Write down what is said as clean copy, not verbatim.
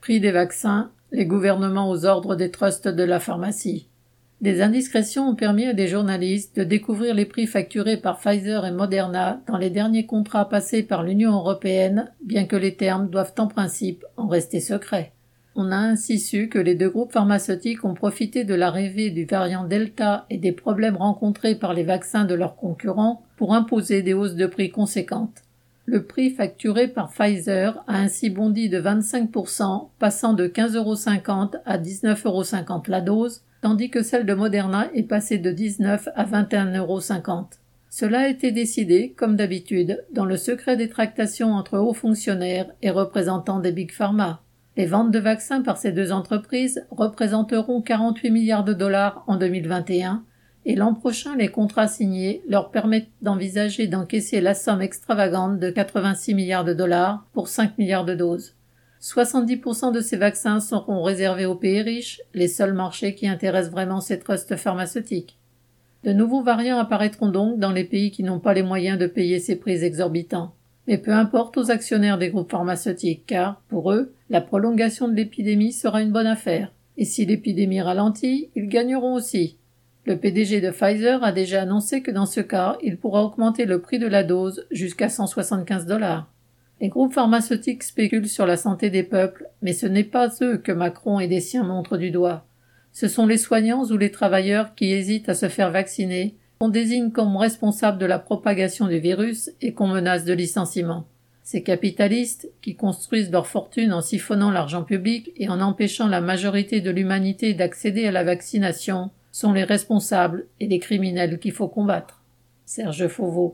Prix des vaccins, les gouvernements aux ordres des trusts de la pharmacie. Des indiscrétions ont permis à des journalistes de découvrir les prix facturés par Pfizer et Moderna dans les derniers contrats passés par l'Union européenne, bien que les termes doivent en principe en rester secrets. On a ainsi su que les deux groupes pharmaceutiques ont profité de l'arrivée du variant Delta et des problèmes rencontrés par les vaccins de leurs concurrents pour imposer des hausses de prix conséquentes. Le prix facturé par Pfizer a ainsi bondi de 25%, passant de 15,50 € à 19,50 € la dose, tandis que celle de Moderna est passée de 19 à 21,50 €. Cela a été décidé, comme d'habitude, dans le secret des tractations entre hauts fonctionnaires et représentants des Big Pharma. Les ventes de vaccins par ces deux entreprises représenteront 48 milliards de dollars en 2021 et l'an prochain les contrats signés leur permettent d'envisager d'encaisser la somme extravagante de 86 milliards de dollars pour 5 milliards de doses. 70% de ces vaccins seront réservés aux pays riches, les seuls marchés qui intéressent vraiment ces trusts pharmaceutiques. De nouveaux variants apparaîtront donc dans les pays qui n'ont pas les moyens de payer ces prix exorbitants. Mais peu importe aux actionnaires des groupes pharmaceutiques car, pour eux, la prolongation de l'épidémie sera une bonne affaire. Et si l'épidémie ralentit, ils gagneront aussi. Le PDG de Pfizer a déjà annoncé que dans ce cas, il pourra augmenter le prix de la dose jusqu'à 175 $. Les groupes pharmaceutiques spéculent sur la santé des peuples, mais ce n'est pas eux que Macron et des siens montrent du doigt. Ce sont les soignants ou les travailleurs qui hésitent à se faire vacciner, qu'on désigne comme responsables de la propagation du virus et qu'on menace de licenciement. Ces capitalistes, qui construisent leur fortune en siphonnant l'argent public et en empêchant la majorité de l'humanité d'accéder à la vaccination, sont les responsables et les criminels qu'il faut combattre. Serge Fauveau.